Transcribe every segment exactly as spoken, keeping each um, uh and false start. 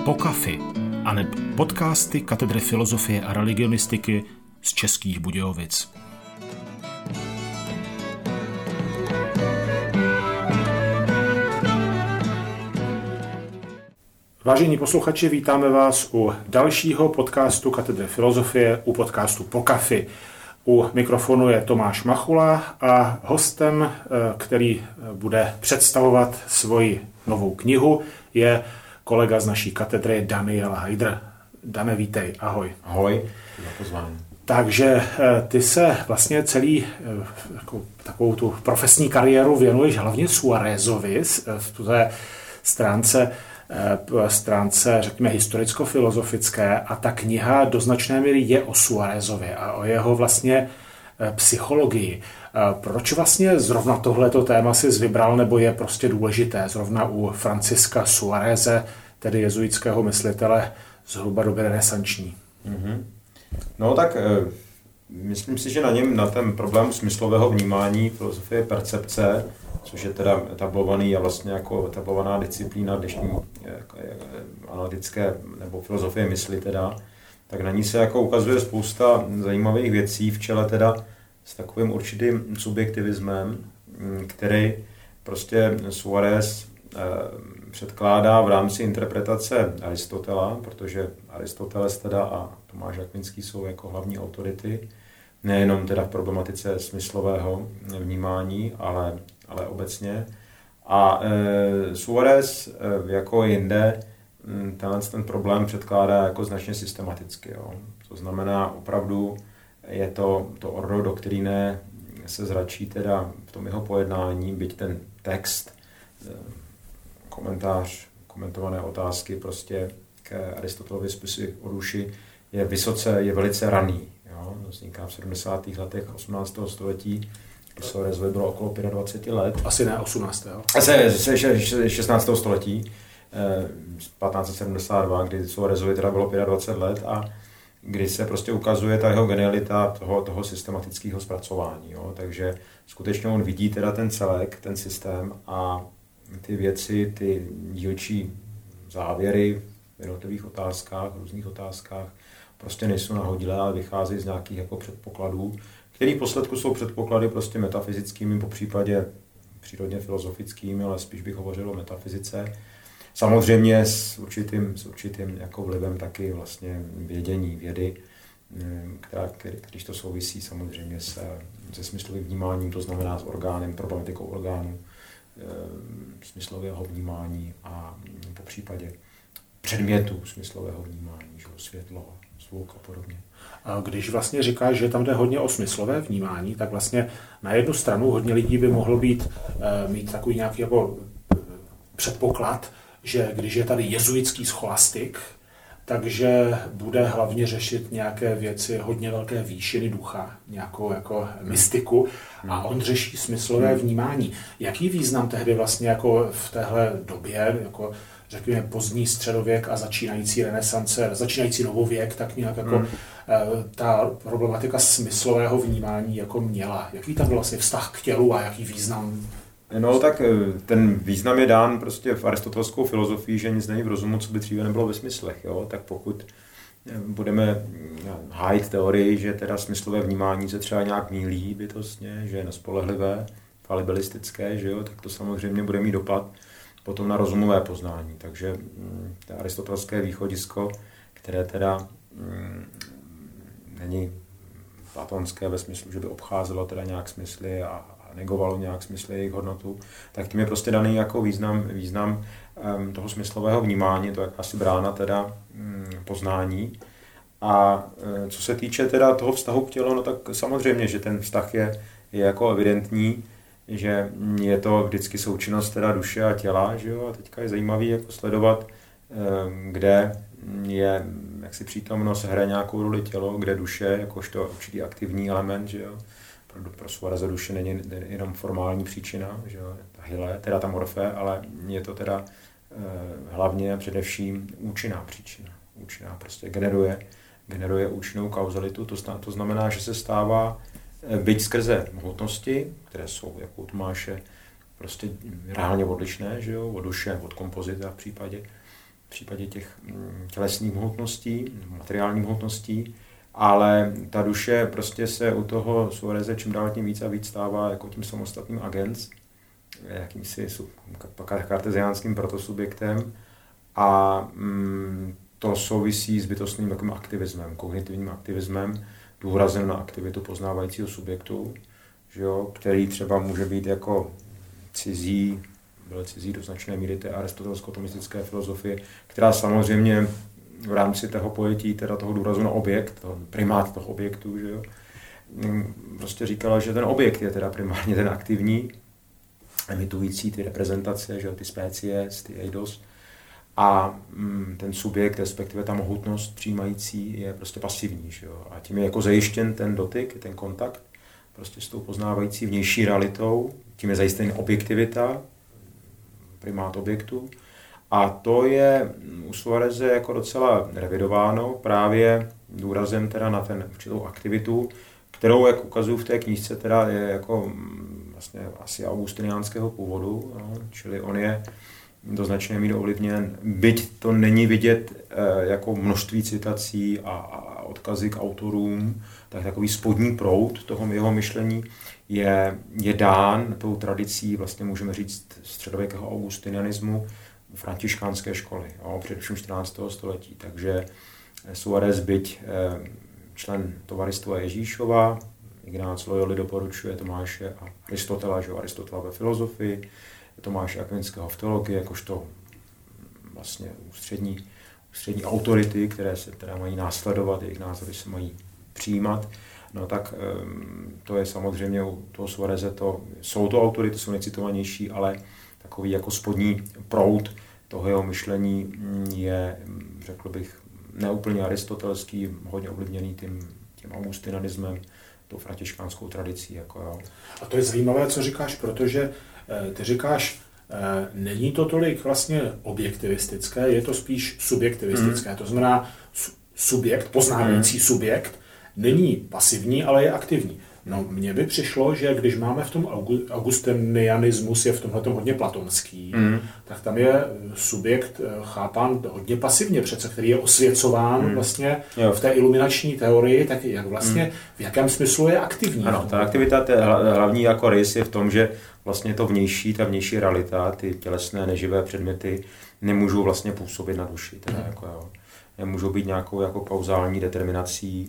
Pokafy, aneb podcasty Katedry filozofie a religionistiky z Českých Budějovic. Vážení posluchači, vítáme vás u dalšího podcastu Katedry filozofie, u podcastu Pokafy. U mikrofonu je Tomáš Machula a hostem, který bude představovat svoji novou knihu, je kolega z naší katedry Daniel Hajdr. Dane, vítej, ahoj. Ahoj, za pozvání. Takže ty se vlastně celý jako, takovou tu profesní kariéru věnuješ hlavně Suárezovi v té stránce, stránce, řekněme, historicko-filozofické, a ta kniha do značné míry je o Suárezovi a o jeho vlastně psychologii. Proč vlastně zrovna tohleto téma jsi vybral, nebo je prostě důležité zrovna u Franciska Suáreze, tedy jezuitského myslitele zhruba doby renesanční? Mm-hmm. No tak e, myslím si, že na něm, na ten problém smyslového vnímání filozofie percepce, což je teda etablovaný a vlastně jako etablovaná disciplína dnešní jako, analytické nebo filozofie mysli teda, tak na ní se jako ukazuje spousta zajímavých věcí v čele teda s takovým určitým subjektivismem, který prostě Suárez eh, předkládá v rámci interpretace Aristotela, protože Aristoteles teda a Tomáš Akvinský jsou jako hlavní autority, nejenom teda v problematice smyslového vnímání, ale, ale obecně. A e, Suárez e, jako jinde tenhle ten problém předkládá jako značně systematicky. Jo. To znamená, opravdu je to, to ordo doctrinae se zračí teda v tom jeho pojednání, byť ten text, komentář, komentované otázky prostě k Aristotelově spisy o duši je vysoce, je velice raný. Jo. Vzniká v sedmdesátých letech osmnáctého století. Suárezovi bylo okolo dvacet pět let. Asi ne osmnáctého. Asi šestnáctého století. patnáct set sedmdesát dva, kdy Suárezovi teda bylo dvacet pět let a kdy se prostě ukazuje ta jeho genialita toho, toho systematického zpracování. Jo. Takže skutečně on vidí teda ten celek, ten systém a ty věci, ty dílčí závěry v jednotlivých otázkách, různých otázkách prostě nejsou nahodilé, ale vycházejí z nějakých jako předpokladů, které v posledku jsou předpoklady prostě metafyzickými, po případě přírodně filozofickými, ale spíš bych hovořil o metafyzice. Samozřejmě s určitým, s určitým jako vlivem taky vlastně vědění, vědy, která, když to souvisí samozřejmě se, se smyslovým vnímáním, to znamená s orgánem, problematikou orgánu, smyslového vnímání a po případě předmětů smyslového vnímání, že světlo, zvuk a podobně. Když vlastně říkáš, že tam jde hodně o smyslové vnímání, tak vlastně na jednu stranu hodně lidí by mohlo být, mít takový nějaký jako předpoklad, že když je tady jezuitský scholastik, takže bude hlavně řešit nějaké věci hodně velké výšiny ducha, nějakou jako mystiku, a on řeší smyslové vnímání. Jaký význam tehdy vlastně jako v téhle době, jako řekněme pozdní středověk a začínající renesance, začínající novověk, tak nějak jako hmm. ta problematika smyslového vnímání jako měla? Jaký tam byl vlastně vztah k tělu a jaký význam? No tak ten význam je dán prostě v aristotelskou filozofii, že nic není v rozumu, co by dříve nebylo ve smyslech. Jo? Tak pokud budeme hájit teorii, že teda smyslové vnímání se třeba nějak mýlí bytostně, že je nespolehlivé, falibilistické, že jo? Tak to samozřejmě bude mít dopad potom na rozumové poznání. Takže to aristotelské východisko, které teda mm, není platonské ve smyslu, že by obcházelo teda nějak smysly a negovalo nějak smysly jejich hodnotu, tak tím je prostě daný jako význam, význam um, toho smyslového vnímání, to je asi brána teda um, poznání. A um, co se týče teda toho vztahu k tělu, no tak samozřejmě, že ten vztah je, je jako evidentní, že je to vždycky součinnost teda duše a těla, že jo? A teďka je zajímavý jako sledovat, um, kde je jaksi přítomnost hraje nějakou roli tělo, kde duše, jakožto určitý aktivní element, že jo? Pro Suáreze duše není jenom formální příčina, že jo, ta hyle, teda ta morfé, ale je to teda eh, hlavně především účinná příčina. Účinná prostě generuje, generuje účinnou kauzalitu, to, to znamená, že se stává, eh, byť skrze hmotnosti, které jsou, jako u Tomáše, prostě reálně odlišné, že jo, od duše, od kompozita v případě, případě těch tělesných hmotností, materiálních hmotností, ale ta duše prostě se u toho Suáreze čím dál tím víc a víc stává jako tím samostatným agens, jakýmsi karteziánským protosubjektem a mm, to souvisí s bytostným takovým aktivismem, kognitivním aktivismem, důrazem na aktivitu poznávajícího subjektu, že jo, který třeba může být jako cizí, byl cizí do značné míry té aristotelsko-tomistické filozofie, která samozřejmě v rámci toho pojetí, teda toho důrazu na objekt, toho primát toho objektu, že jo, prostě říkala, že ten objekt je teda primárně ten aktivní, emitující ty reprezentace, že jo, ty species, ty eidos, a mm, ten subjekt, respektive ta mohutnost přijímající je prostě pasivní, že jo, a tím je jako zajištěn ten dotyk, ten kontakt prostě s tou poznávající vnější realitou, tím je zajištěn objektivita, primát objektu. A to je u Suáreze jako docela revidováno právě důrazem teda na ten určitou aktivitu, kterou, jak ukazuju v té knížce, teda je jako vlastně asi augustiniánského původu, no, čili on je do značné míry ovlivněn, byť to není vidět e, jako množství citací a, a odkazy k autorům, tak takový spodní proud toho jeho myšlení je, je dán tou tradicí, vlastně můžeme říct, středověkého augustinianismu, františkánské školy, jo, především čtrnáctého století. Takže Suárez, byť e, člen Tovaristva Ježíšova, Ignác Loyoli doporučuje Tomáše a Aristotela, že Aristotela ve filozofii, Tomáše Akvinského v teologii, jakožto vlastně ústřední, ústřední autority, které se teda mají následovat, jejich názory se mají přijímat. No tak to je samozřejmě u toho Suáreze, to, jsou to autority, jsou necitovanější, ale takový jako spodní proud toho jeho myšlení je, řekl bych, neúplně aristotelský, hodně ovlivněný tím, tím augustinianismem, tou františkánskou tradicí. Jako, jo. A to je zajímavé, co říkáš, protože ty říkáš, není to tolik vlastně objektivistické, je to spíš subjektivistické. Mm. To znamená, subjekt, poznávající mm. subjekt, není pasivní, ale je aktivní. No, mně by přišlo, že když máme v tom augustinianismus je v tomhletom hodně platonský, mm. tak tam je subjekt chápán hodně pasivně přece, který je osvěcován mm. vlastně jo. v té iluminační teorii, tak jak vlastně, mm. v jakém smyslu je aktivní. Ano, ta aktivita, té hlavní jako rys je v tom, že vlastně to vnější, ta vnější realita, ty tělesné neživé předměty nemůžou vlastně působit na duši. Teda mm. jako, jo. Nemůžou být nějakou jako kauzální determinací,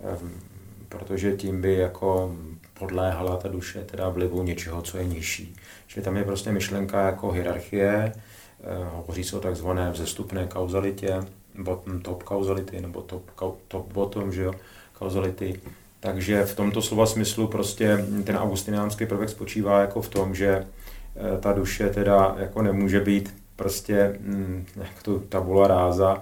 protože tím by jako podléhala ta duše teda vlivu něčeho, co je nižší. Čili tam je prostě myšlenka jako hierarchie, hovoří se o takzvané vzestupné kauzalitě, bottom-top kauzality, nebo top-bottom, že jo, kauzality. Takže v tomto slova smyslu prostě ten augustiniánský prvek spočívá jako v tom, že ta duše teda jako nemůže být prostě jak tu tabula ráza,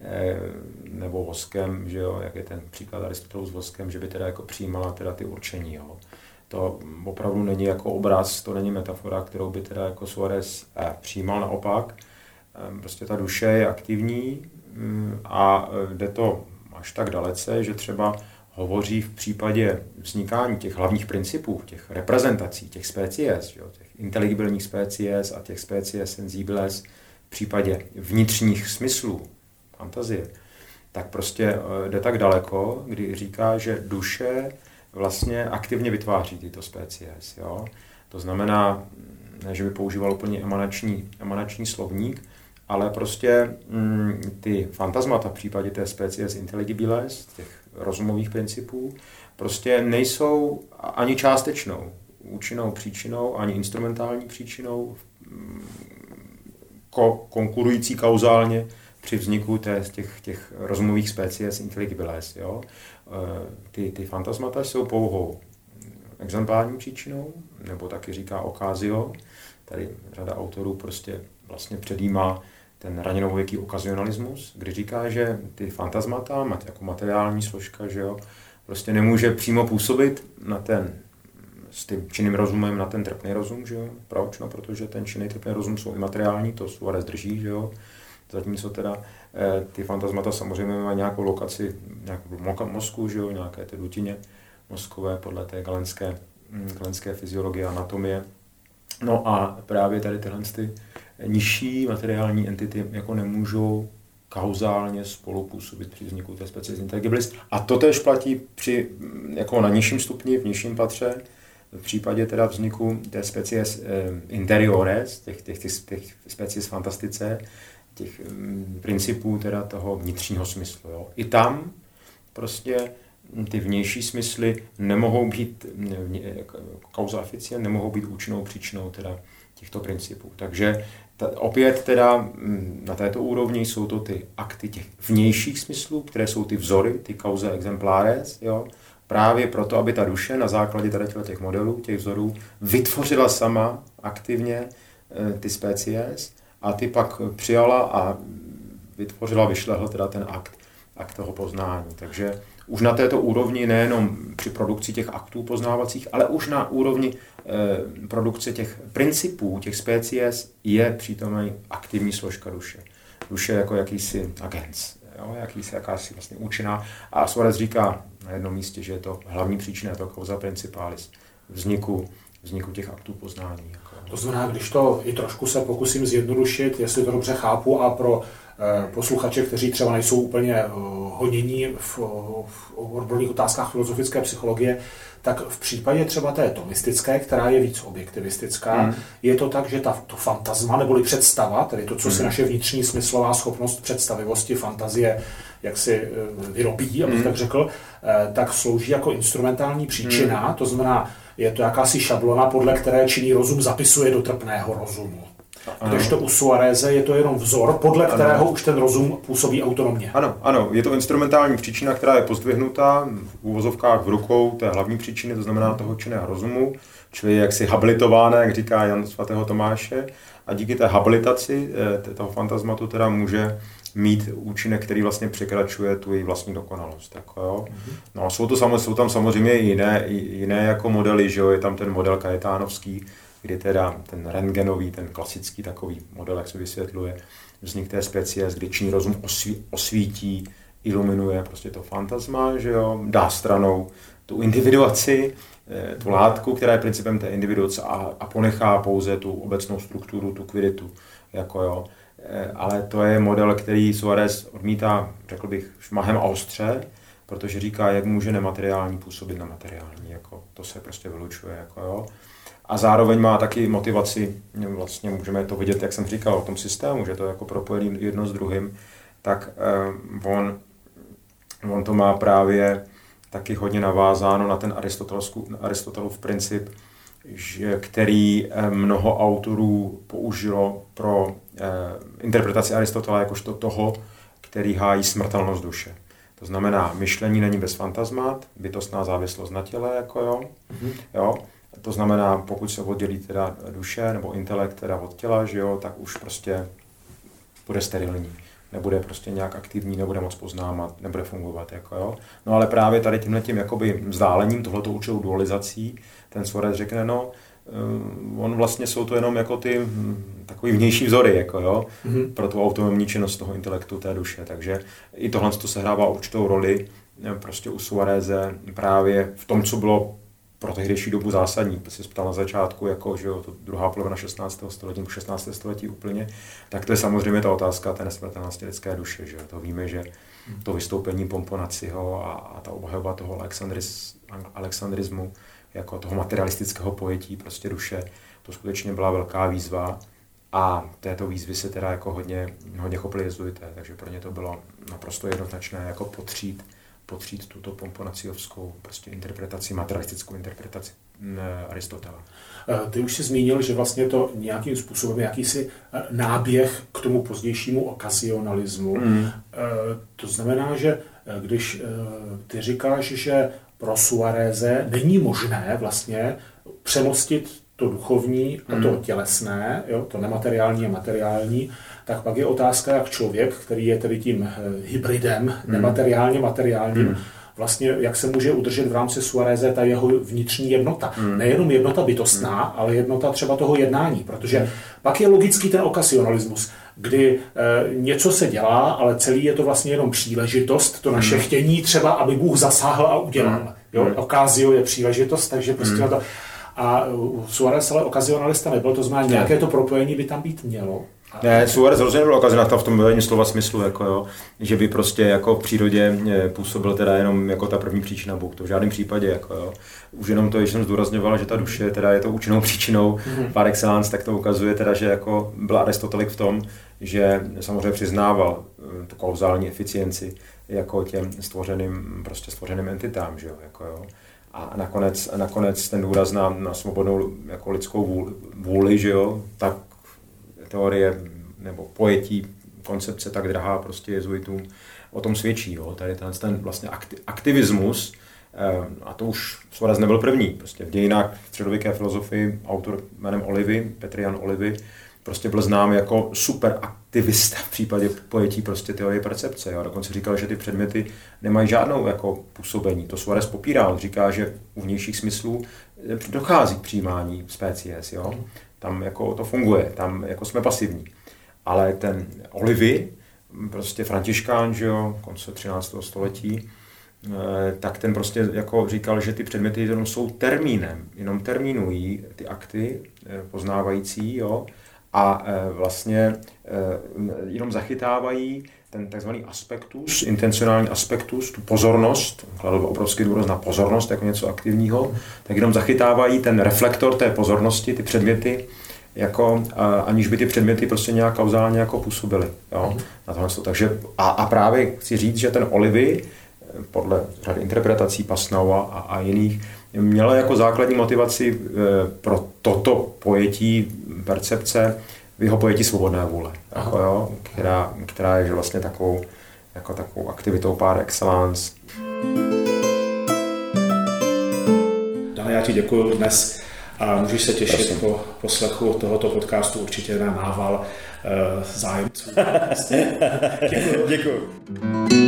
nebo voskem, že jo, jak je ten příklad Aristotelův s voskem, že by teda jako přijímala teda ty určení. Jo. To opravdu není jako obraz, to není metafora, kterou by teda jako Suárez eh, přijímal, naopak. Eh, prostě ta duše je aktivní hm, a jde to až tak dalece, že třeba hovoří v případě vznikání těch hlavních principů, těch reprezentací, těch species, jo, těch inteligibilních species a těch species sensibiles v případě vnitřních smyslů, fantazie, tak prostě jde tak daleko, kdy říká, že duše vlastně aktivně vytváří tyto species. Jo? To znamená, ne, že by používal úplně emanační, emanační slovník, ale prostě mm, ty fantasmata v případě té species intelligibiles, těch rozumových principů, prostě nejsou ani částečnou účinnou příčinou, ani instrumentální příčinou, ko- konkurující kauzálně při vzniku té, těch, těch rozumových species intelligibiles. Jo? Ty, ty fantasmata jsou pouhou exemplární příčinou, nebo taky říká ocasio. Tady řada autorů prostě vlastně předjímá ten raněnovověký okazionalismus, kdy říká, že ty fantasmata, jako materiální složka, že jo, prostě nemůže přímo působit na ten, s tím činným rozumem na ten trpný rozum, že jo. Proč? No, protože ten činný trpný rozum jsou imateriální, to Suárez drží, že jo. Zatímco teda eh, ty fantasmata samozřejmě mají nějakou lokaci, nějakou mozku, že jo, nějaké ty dutině mozkové podle té galenské, galenské fyziologie, anatomie. No a právě tady tyhle ty nižší materiální entity jako nemůžou kauzálně spolupůsobit při vzniku té species intelligibilis. A to též platí při, jako na nižším stupni, v nižším patře, v případě teda vzniku té species eh, interiores, těch, těch, těch, těch species fantastice, těch um, principů teda toho vnitřního smyslu. Jo. I tam prostě ty vnější smysly nemohou být causa efficient, nemohou být účinnou příčinou teda těchto principů. Takže ta, opět teda na této úrovni jsou to ty akty těch vnějších smyslů, které jsou ty vzory, ty causa exemplares, jo, právě proto, aby ta duše na základě tady těch modelů, těch vzorů, vytvořila sama aktivně e, ty species a ty pak přijala a vytvořila, vyšlehl teda ten akt, akt toho poznání. Takže už na této úrovni nejenom při produkci těch aktů poznávacích, ale už na úrovni e, produkce těch principů, těch species je přítomná aktivní složka duše. Duše jako jakýsi agens, jo, jakýsi, jakási vlastně účinná. A Suarez říká na jednom místě, že je to hlavní příčina, je to causa principalis vzniku, vzniku těch aktů poznání. Jako. To znamená, když to i trošku se pokusím zjednodušit, jestli to dobře chápu a pro posluchače, kteří třeba nejsou úplně honění v, v odborných otázkách filozofické psychologie, tak v případě třeba té tomistické, která je víc objektivistická, hmm. je to tak, že ta, to fantasma neboli představa, tedy to, co si hmm. naše vnitřní smyslová schopnost představivosti, fantazie, jak si vyrobí, abych hmm. tak řekl, tak slouží jako instrumentální příčina, hmm. to znamená, je to jakási šablona, podle které činný rozum zapisuje do trpného rozumu. Kdežto u Suareze je to jenom vzor, podle kterého ano. už ten rozum působí autonomně. Ano, ano, je to instrumentální příčina, která je pozdvihnutá v úvozovkách v rukou té hlavní příčiny, to znamená toho činného rozumu, čili jaksi habilitována, jak říká Jan svatého Tomáše, a díky té habilitaci toho fantasmatu teda může mít účinek, který vlastně překračuje tu její vlastní dokonalost. Tak, jo. No, jsou, to, jsou tam samozřejmě i jiné, i jiné jako modely, že jo? Je tam ten model kajetánovský, kdy teda ten rentgenový, ten klasický takový model, jak se vysvětluje, vznik té species, kdy činný rozum osví, osvítí, iluminuje prostě to fantasma, že jo, dá stranou tu individuaci, tu látku, která je principem té individuace a, a ponechá pouze tu obecnou strukturu, tu kviditu, jako jo. Ale to je model, který Suarez odmítá, řekl bych, šmahem a ostře, protože říká, jak může nemateriální působit na materiální, jako to se prostě vylučuje, jako jo. A zároveň má taky motivaci, vlastně můžeme to vidět, jak jsem říkal, o tom systému, že to je jako propojený jedno s druhým, tak eh, on, on to má právě taky hodně navázáno na ten Aristotelův princip, že, který eh, mnoho autorů použilo pro eh, interpretaci Aristotela jakožto toho, který hájí smrtelnost duše. To znamená, myšlení není bez fantasmat, bytostná závislost na těle, jako jo, mm-hmm. jo. To znamená, pokud se oddělí teda duše nebo intelekt teda od těla, že jo, tak už prostě bude sterilní. Nebude prostě nějak aktivní, nebude moc poznávat, nebude fungovat. Jako jo. No ale právě tady tímhletím jakoby vzdálením, tohleto určitou dualizací, ten Suarez řekne, no, on vlastně jsou to jenom jako ty takový vnější vzory, jako jo, mm-hmm. pro tu autonomní činnost toho intelektu té duše. Takže i tohle to sehrává určitou roli prostě u Suareze právě v tom, co bylo pro tehdejší dobu zásadní, protože se ptal na začátku, jako, že jo, to druhá polovina šestnáctého století, šestnáctého století úplně, tak to je samozřejmě ta otázka té nesmrtelnosti lidské duše, že jo. To víme, že to vystoupení Pomponaciho a, a ta obhajoba toho alexandris, alexandrismu, jako toho materialistického pojetí prostě duše, to skutečně byla velká výzva a této výzvy se teda jako hodně, hodně chopili jezuité, takže pro ně to bylo naprosto jednoznačné jako potřít potřít tuto pomponaciovskou prostě interpretaci, materialistickou interpretaci Aristotela. Ty už jsi zmínil, že vlastně to nějakým způsobem jakýsi náběh k tomu pozdějšímu okazionalismu. Mm. To znamená, že když ty říkáš, že pro Suareze není možné vlastně přemostit to duchovní a to tělesné, jo, to nemateriální a materiální, tak pak je otázka, jak člověk, který je tedy tím hybridem nemateriálně materiálním, mm. vlastně jak se může udržet v rámci Suareze ta jeho vnitřní jednota. Mm. Nejenom jednota bytostná, mm. ale jednota třeba toho jednání, protože mm. pak je logický ten okasionalismus, kdy e, něco se dělá, ale celý je to vlastně jenom příležitost, to naše mm. chtění třeba, aby Bůh zasáhl a udělal. Mm. Jo? Okázio je příležitost, takže prostě mm. na to. A Suarez ale okazionalista nebyl, to znamená, nějaké to propojení by tam být mělo. Ne, Suarez rozhodně nebyl okazionalista v tom vyvedení slova smyslu, jako jo, že by prostě jako v přírodě působil teda jenom jako ta první příčina Bůh, to v žádném případě, jako jo. Už jenom to, když jsem zdůrazňoval, že ta duše teda je to účinnou příčinou mm-hmm. par excellence, tak to ukazuje teda, že jako byl Aristotelik v tom, že samozřejmě přiznával tu kauzální eficienci jako těm stvořeným, prostě stvořeným entitám, že jo, jako jo. A nakonec, nakonec ten důraz na, na svobodnou jako lidskou vůli, vůli, že jo, tak teorie nebo pojetí, koncepce tak drahá prostě jezuitům o tom svědčí. Jo. Tady ten, ten vlastně aktivismus, a to už Suarez nebyl první, prostě v dějinách středověké filozofii autor jménem Olivy, Petrian Olivy, prostě byl znám jako superaktivista v případě pojetí prostě teorie percepce. Jo. Dokonce říkal, že ty předměty nemají žádnou jako působení. To Suarez popíral, říká, že u vnějších smyslů dochází k přijímání species. Jo. Tam jako to funguje, tam jako jsme pasivní. Ale ten Olivy, prostě františkán, že jo, konce třináctého století, tak ten prostě jako říkal, že ty předměty jenom jsou termínem, jenom termínují ty akty poznávající, jo, a vlastně jenom zachytávají ten takzvaný aspektus, intencionální aspektus, tu pozornost, kladl obrovský důraz na pozornost jako něco aktivního, tak jenom zachytávají ten reflektor té pozornosti, ty předměty, jako, a, aniž by ty předměty prostě nějak kauzálně jako působily. Jo, na tohle. Takže, a, a právě chci říct, že ten Olivy, podle řady interpretací Pasnaua a, a jiných, měla jako základní motivaci e, pro toto pojetí percepce v jeho pojetí svobodné vůle, jako, jo, která, která je vlastně takovou, jako takovou aktivitou par excellence. Dane, já ti děkuji dnes a můžeš se těšit Prosím. po poslechu tohoto podcastu určitě na nával uh, zájemců. Děkuji. Děkuji.